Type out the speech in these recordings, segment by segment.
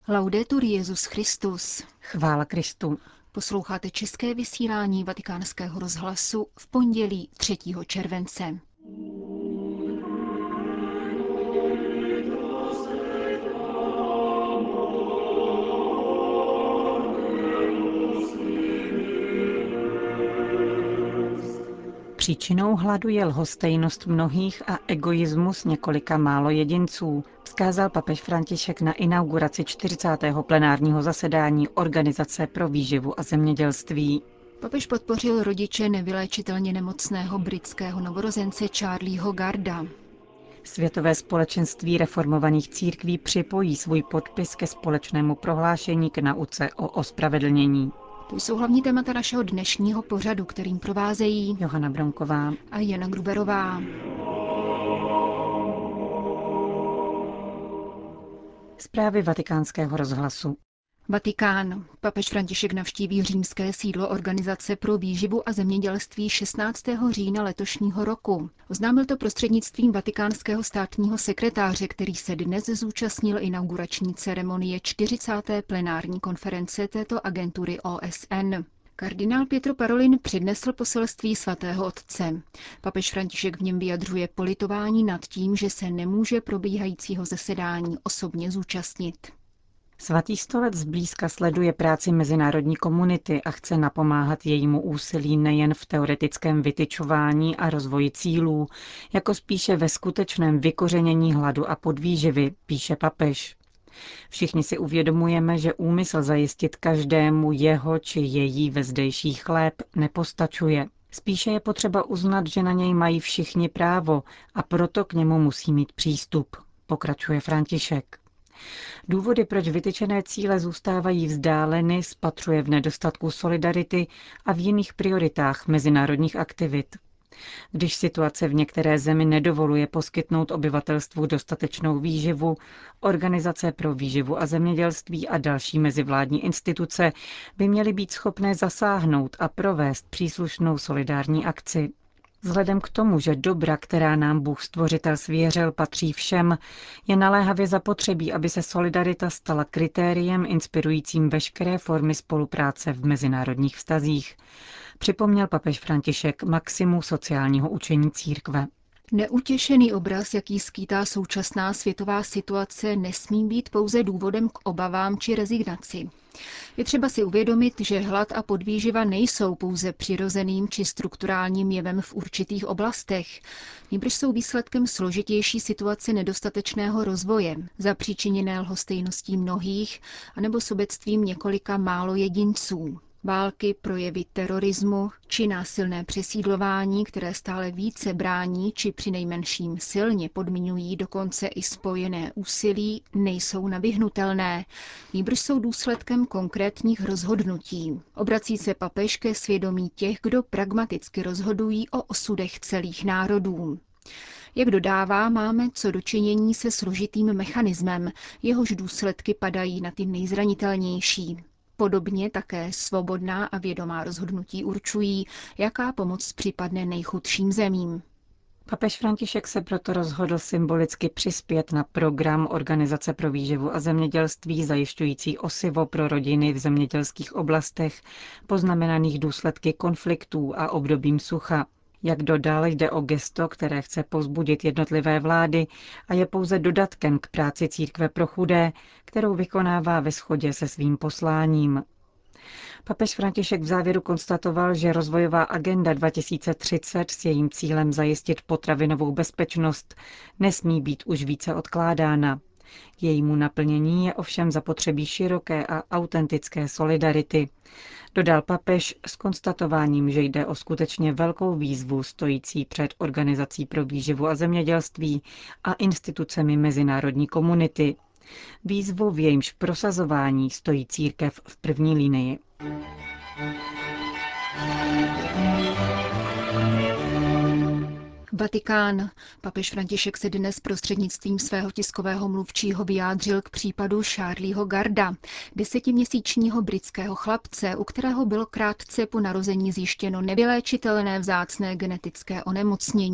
Laudetur Jesus Christus. Chvála Kristu. Posloucháte české vysílání Vatikánského rozhlasu v pondělí 3. července. Příčinou hladu je lhostejnost mnohých a egoismus několika málo jedinců, vzkázal papež František na inauguraci 40. plenárního zasedání Organizace pro výživu a zemědělství. Papež podpořil rodiče nevyléčitelně nemocného britského novorozence Charlieho Garda. Světové společenství reformovaných církví připojí svůj podpis ke společnému prohlášení k nauce o ospravedlnění. To jsou hlavní témata našeho dnešního pořadu, kterým provázejí Johana Bronková a Jana Gruberová. Zprávy Vatikánského rozhlasu. Vatikán. Papež František navštíví římské sídlo Organizace pro výživu a zemědělství 16. října letošního roku. Oznámil to prostřednictvím vatikánského státního sekretáře, který se dnes zúčastnil inaugurační ceremonie 40. plenární konference této agentury OSN. Kardinál Pietro Parolin přednesl poselství svatého otce. Papež František v něm vyjadřuje politování nad tím, že se nemůže probíhajícího zasedání osobně zúčastnit. Svatý stolec zblízka sleduje práci mezinárodní komunity a chce napomáhat jejímu úsilí nejen v teoretickém vytyčování a rozvoji cílů, jako spíše ve skutečném vykořenění hladu a podvýživy, píše papež. Všichni si uvědomujeme, že úmysl zajistit každému jeho či její vezdejší chléb nepostačuje. Spíše je potřeba uznat, že na něj mají všichni právo a proto k němu musí mít přístup, pokračuje František. Důvody, proč vytyčené cíle zůstávají vzdáleny, spatřuje v nedostatku solidarity a v jiných prioritách mezinárodních aktivit. Když situace v některé zemi nedovoluje poskytnout obyvatelstvu dostatečnou výživu, Organizace pro výživu a zemědělství a další mezivládní instituce by měly být schopné zasáhnout a provést příslušnou solidární akci. Vzhledem k tomu, že dobra, která nám Bůh Stvořitel svěřil, patří všem, je naléhavě zapotřebí, aby se solidarita stala kritériem inspirujícím veškeré formy spolupráce v mezinárodních vztazích, připomněl papež František maximu sociálního učení církve. Neutěšený obraz, jaký skýtá současná světová situace, nesmí být pouze důvodem k obavám či rezignaci. Je třeba si uvědomit, že hlad a podvýživa nejsou pouze přirozeným či strukturálním jevem v určitých oblastech, nýbrž jsou výsledkem složitější situace nedostatečného rozvoje, zapříčiněné lhostejností mnohých anebo sobectvím několika málo jedinců. Války, projevy terorismu či násilné přesídlování, které stále více brání či přinejmenším silně podmiňují dokonce i spojené úsilí, nejsou nevyhnutelné, nýbrž jsou důsledkem konkrétních rozhodnutí. Obrací se papež ke svědomí těch, kdo pragmaticky rozhodují o osudech celých národů. Jak dodává, máme co dočinění se složitým mechanismem, jehož důsledky padají na ty nejzranitelnější. Podobně také svobodná a vědomá rozhodnutí určují, jaká pomoc připadne nejchudším zemím. Papež František se proto rozhodl symbolicky přispět na program Organizace pro výživu a zemědělství zajišťující osivo pro rodiny v zemědělských oblastech poznamenaných důsledky konfliktů a obdobím sucha. Jak dodal, jde o gesto, které chce povzbudit jednotlivé vlády a je pouze dodatkem k práci církve pro chudé, kterou vykonává ve shodě se svým posláním. Papež František v závěru konstatoval, že rozvojová agenda 2030 s jejím cílem zajistit potravinovou bezpečnost nesmí být už více odkládána. Jejímu naplnění je ovšem zapotřebí široké a autentické solidarity. Dodal papež s konstatováním, že jde o skutečně velkou výzvu stojící před Organizací pro výživu a zemědělství a institucemi mezinárodní komunity. Výzvu, v jejímž prosazování stojí církev v první linii. Vatikán. Papež František se dnes prostřednictvím svého tiskového mluvčího vyjádřil k případu Charlieho Garda, 10měsíčního britského chlapce, u kterého bylo krátce po narození zjištěno nevyléčitelné vzácné genetické onemocnění.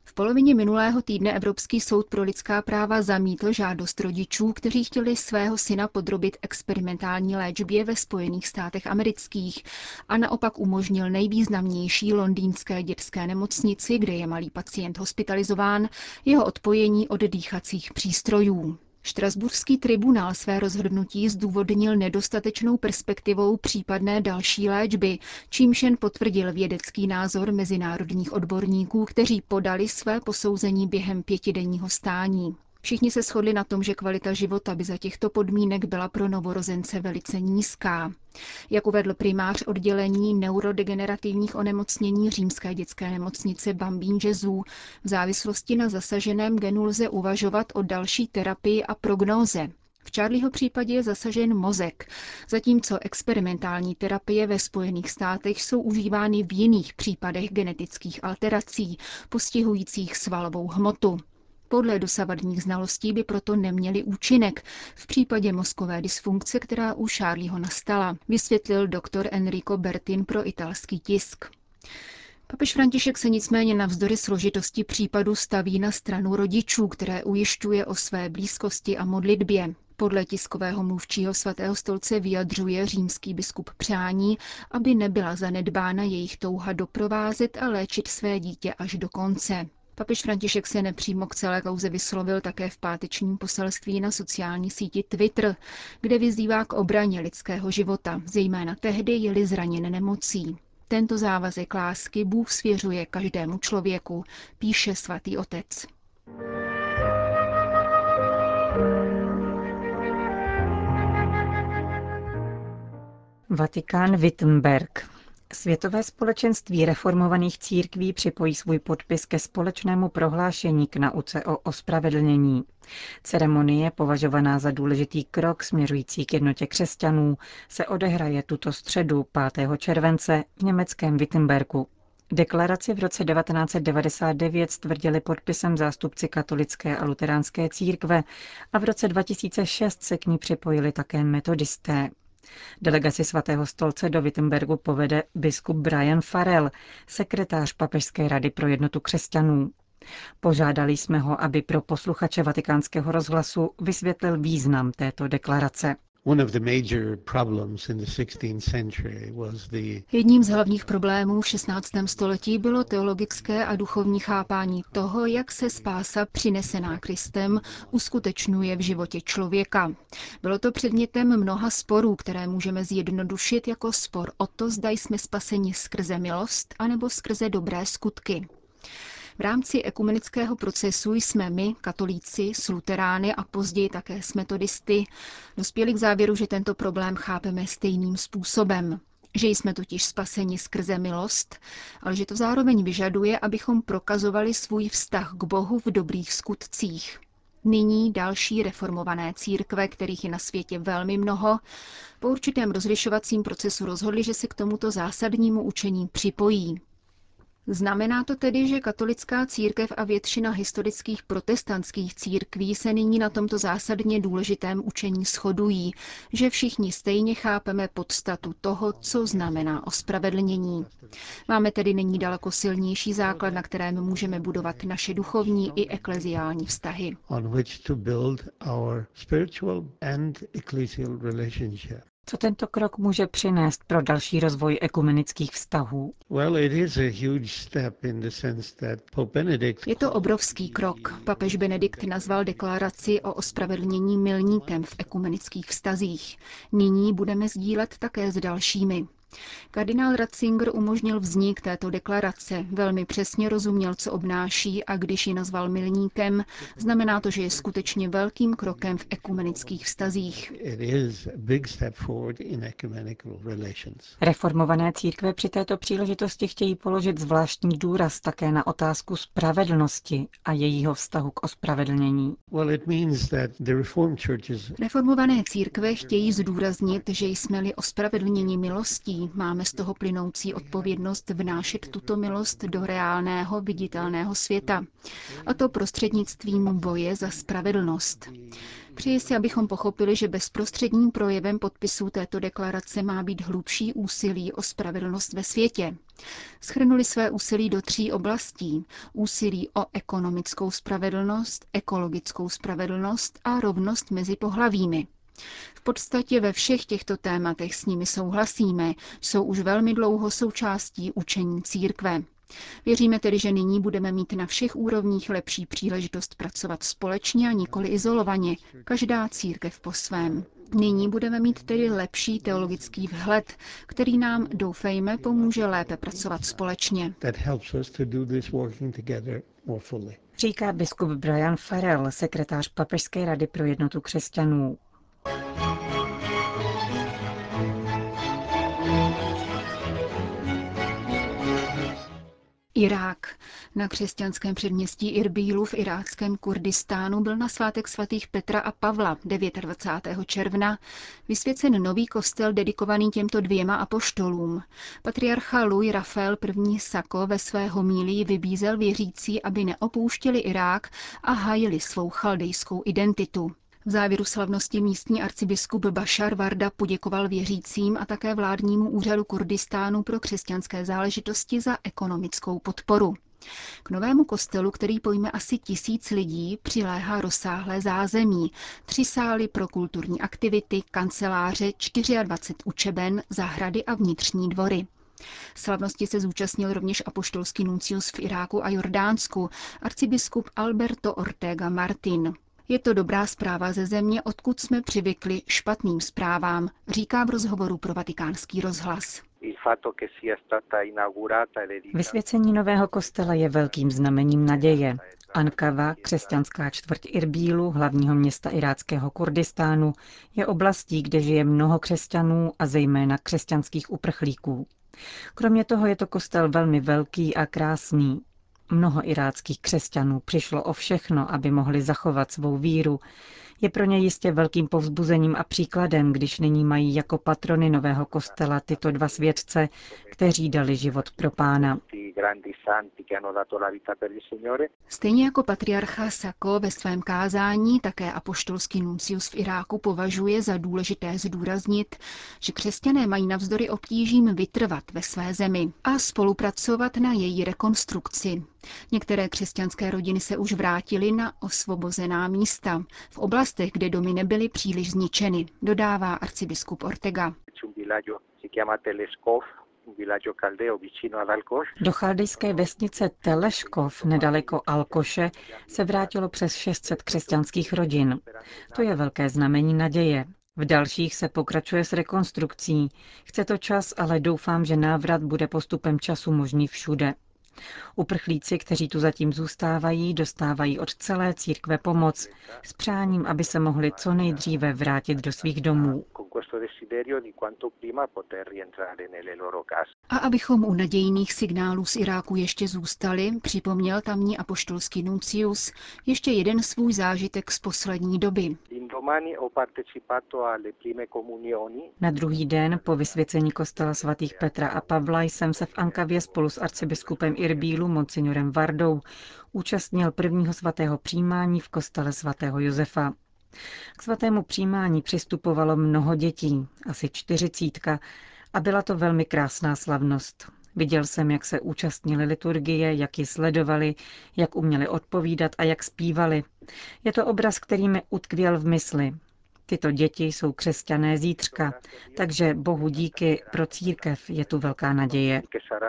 V polovině minulého týdne Evropský soud pro lidská práva zamítl žádost rodičů, kteří chtěli svého syna podrobit experimentální léčbě ve Spojených státech amerických a naopak umožnil nejvýznamnější londýnské dětské nemocnici, kde je malý pacient hospitalizován, jeho odpojení od dýchacích přístrojů. Štrasburský tribunál své rozhodnutí zdůvodnil nedostatečnou perspektivou případné další léčby, čímž jen potvrdil vědecký názor mezinárodních odborníků, kteří podali své posouzení během 5denního stání. Všichni se shodli na tom, že kvalita života by za těchto podmínek byla pro novorozence velice nízká. Jak uvedl primář oddělení neurodegenerativních onemocnění římské dětské nemocnice Bambín Gesù, v závislosti na zasaženém genu lze uvažovat o další terapii a prognóze. V Charlieho případě je zasažen mozek, zatímco experimentální terapie ve Spojených státech jsou užívány v jiných případech genetických alterací, postihujících svalovou hmotu. Podle dosavadních znalostí by proto neměly účinek v případě mozkové dysfunkce, která u Charlieho nastala, vysvětlil doktor Enrico Bertin pro italský tisk. Papež František se nicméně navzdory složitosti případu staví na stranu rodičů, které ujišťuje o své blízkosti a modlitbě. Podle tiskového mluvčího Svatého stolce vyjadřuje římský biskup přání, aby nebyla zanedbána jejich touha doprovázet a léčit své dítě až do konce. Papež František se nepřímo k celé kauze vyslovil také v pátečním poselství na sociální síti Twitter, kde vyzývá k obraně lidského života, zejména tehdy, je-li zraněn nemocí. Tento závazek lásky Bůh svěřuje každému člověku, píše svatý otec. Vatikán Wittenberg. Světové společenství reformovaných církví připojí svůj podpis ke společnému prohlášení k nauce o ospravedlnění. Ceremonie, považovaná za důležitý krok směřující k jednotě křesťanů, se odehraje tuto středu 5. července v německém Wittenbergu. Deklaraci v roce 1999 stvrdili podpisem zástupci katolické a luteránské církve a v roce 2006 se k ní připojili také metodisté. Delegaci Svatého stolce do Wittenbergu povede biskup Brian Farrell, sekretář Papežské rady pro jednotu křesťanů. Požádali jsme ho, aby pro posluchače Vatikánského rozhlasu vysvětlil význam této deklarace. Jedním z hlavních problémů v 16. století bylo teologické a duchovní chápání toho, jak se spása přinesená Kristem uskutečňuje v životě člověka. Bylo to předmětem mnoha sporů, které můžeme zjednodušit jako spor o to, zda jsme spaseni skrze milost anebo skrze dobré skutky. V rámci ekumenického procesu jsme my, katolíci, s luterány a později také s metodisty, dospěli k závěru, že tento problém chápeme stejným způsobem. Že jsme totiž spaseni skrze milost, ale že to zároveň vyžaduje, abychom prokazovali svůj vztah k Bohu v dobrých skutcích. Nyní další reformované církve, kterých je na světě velmi mnoho, po určitém rozlišovacím procesu rozhodli, že se k tomuto zásadnímu učení připojí. Znamená to tedy, že katolická církev a většina historických protestantských církví se nyní na tomto zásadně důležitém učení shodují, že všichni stejně chápeme podstatu toho, co znamená ospravedlnění. Máme tedy nyní daleko silnější základ, na kterém můžeme budovat naše duchovní i ekleziální vztahy. Co tento krok může přinést pro další rozvoj ekumenických vztahů? Je to obrovský krok. Papež Benedikt nazval deklaraci o ospravedlnění milníkem v ekumenických vztazích. Nyní budeme sdílet také s dalšími. Kardinál Ratzinger umožnil vznik této deklarace, velmi přesně rozuměl, co obnáší a když ji nazval milníkem, znamená to, že je skutečně velkým krokem v ekumenických vztazích. Reformované církve při této příležitosti chtějí položit zvláštní důraz také na otázku spravedlnosti a jejího vztahu k ospravedlnění. Reformované církve chtějí zdůraznit, že jsme-li ospravedlněni milostí, milostí máme z toho plynoucí odpovědnost vnášet tuto milost do reálného, viditelného světa, a to prostřednictvím boje za spravedlnost. Přeji si, abychom pochopili, že bezprostředním projevem podpisu této deklarace má být hlubší úsilí o spravedlnost ve světě. Shrnuli své úsilí do 3 oblastí. Úsilí o ekonomickou spravedlnost, ekologickou spravedlnost a rovnost mezi pohlavími. V podstatě ve všech těchto tématech s nimi souhlasíme, jsou už velmi dlouho součástí učení církve. Věříme tedy, že nyní budeme mít na všech úrovních lepší příležitost pracovat společně a nikoli izolovaně, každá církev po svém. Nyní budeme mít tedy lepší teologický vhled, který nám, doufejme, pomůže lépe pracovat společně. Říká biskup Brian Farrell, sekretář Papežské rady pro jednotu křesťanů. Irák. Na křesťanském předměstí Irbílu v iráckém Kurdistánu byl na svátek svatých Petra a Pavla 29. června vysvěcen nový kostel dedikovaný těmto 2 apoštolům. Patriarcha Louis Raphael I. Sako ve své homílii vybízel věřící, aby neopouštěli Irák a hájili svou chaldejskou identitu. V závěru slavnosti místní arcibiskup Bashar Varda poděkoval věřícím a také vládnímu úřadu Kurdistánu pro křesťanské záležitosti za ekonomickou podporu. K novému kostelu, který pojme asi 1000 lidí, přiléhá rozsáhlé zázemí, 3 sály pro kulturní aktivity, kanceláře, 24 učeben, zahrady a vnitřní dvory. Slavnosti se zúčastnil rovněž apoštolský nuncius v Iráku a Jordánsku, arcibiskup Alberto Ortega Martin. Je to dobrá zpráva ze země, odkud jsme přivykli špatným zprávám, říká v rozhovoru pro Vatikánský rozhlas. Vysvěcení nového kostela je velkým znamením naděje. Ankava, křesťanská čtvrť Irbílu, hlavního města iráckého Kurdistánu, je oblastí, kde žije mnoho křesťanů a zejména křesťanských uprchlíků. Kromě toho je to kostel velmi velký a krásný. Mnoho iráckých křesťanů přišlo o všechno, aby mohli zachovat svou víru. Je pro ně jistě velkým povzbuzením a příkladem, když nyní mají jako patrony nového kostela tyto 2 světce, kteří dali život pro Pána. Stejně jako patriarcha Sako ve svém kázání, také apoštolský nuncius v Iráku považuje za důležité zdůraznit, že křesťané mají navzdory obtížím vytrvat ve své zemi a spolupracovat na její rekonstrukci. Některé křesťanské rodiny se už vrátily na osvobozená místa, v oblastech, kde domy nebyly příliš zničeny, dodává arcibiskup Ortega. Do chaldejské vesnice Teleškov nedaleko Alkoše se vrátilo přes 600 křesťanských rodin. To je velké znamení naděje. V dalších se pokračuje s rekonstrukcí. Chce to čas, ale doufám, že návrat bude postupem času možný všude. Uprchlíci, kteří tu zatím zůstávají, dostávají od celé církve pomoc s přáním, aby se mohli co nejdříve vrátit do svých domů. A abychom u nadějných signálů z Iráku ještě zůstali, připomněl tamní apoštolský nuncius ještě jeden svůj zážitek z poslední doby. Na druhý den po vysvěcení kostela svatých Petra a Pavla jsem se v Ankavě spolu s arcibiskupem Irbílu Monsignorem Vardou účastnil prvního svatého přijímání v kostele svatého Josefa. K svatému přijímání přistupovalo mnoho dětí, asi 40, a byla to velmi krásná slavnost. Viděl jsem, jak se účastnili liturgie, jak ji sledovali, jak uměli odpovídat a jak zpívali. Je to obraz, který mi utkvěl v mysli. Tyto děti jsou křesťané zítřka, takže Bohu díky, pro církev je tu velká naděje.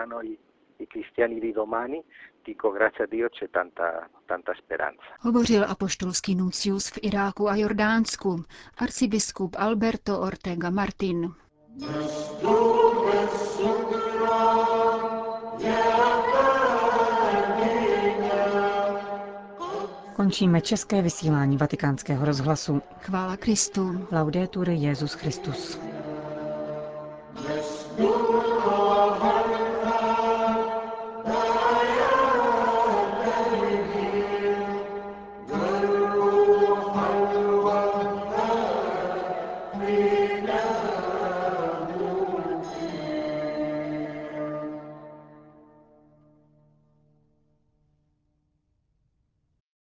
Hovořil apoštolský nuncius v Iráku a Jordánsku, arcibiskup Alberto Ortega Martin. Končíme české vysílání Vatikánského rozhlasu. Chvála Kristu. Laudetur Jesus Christus.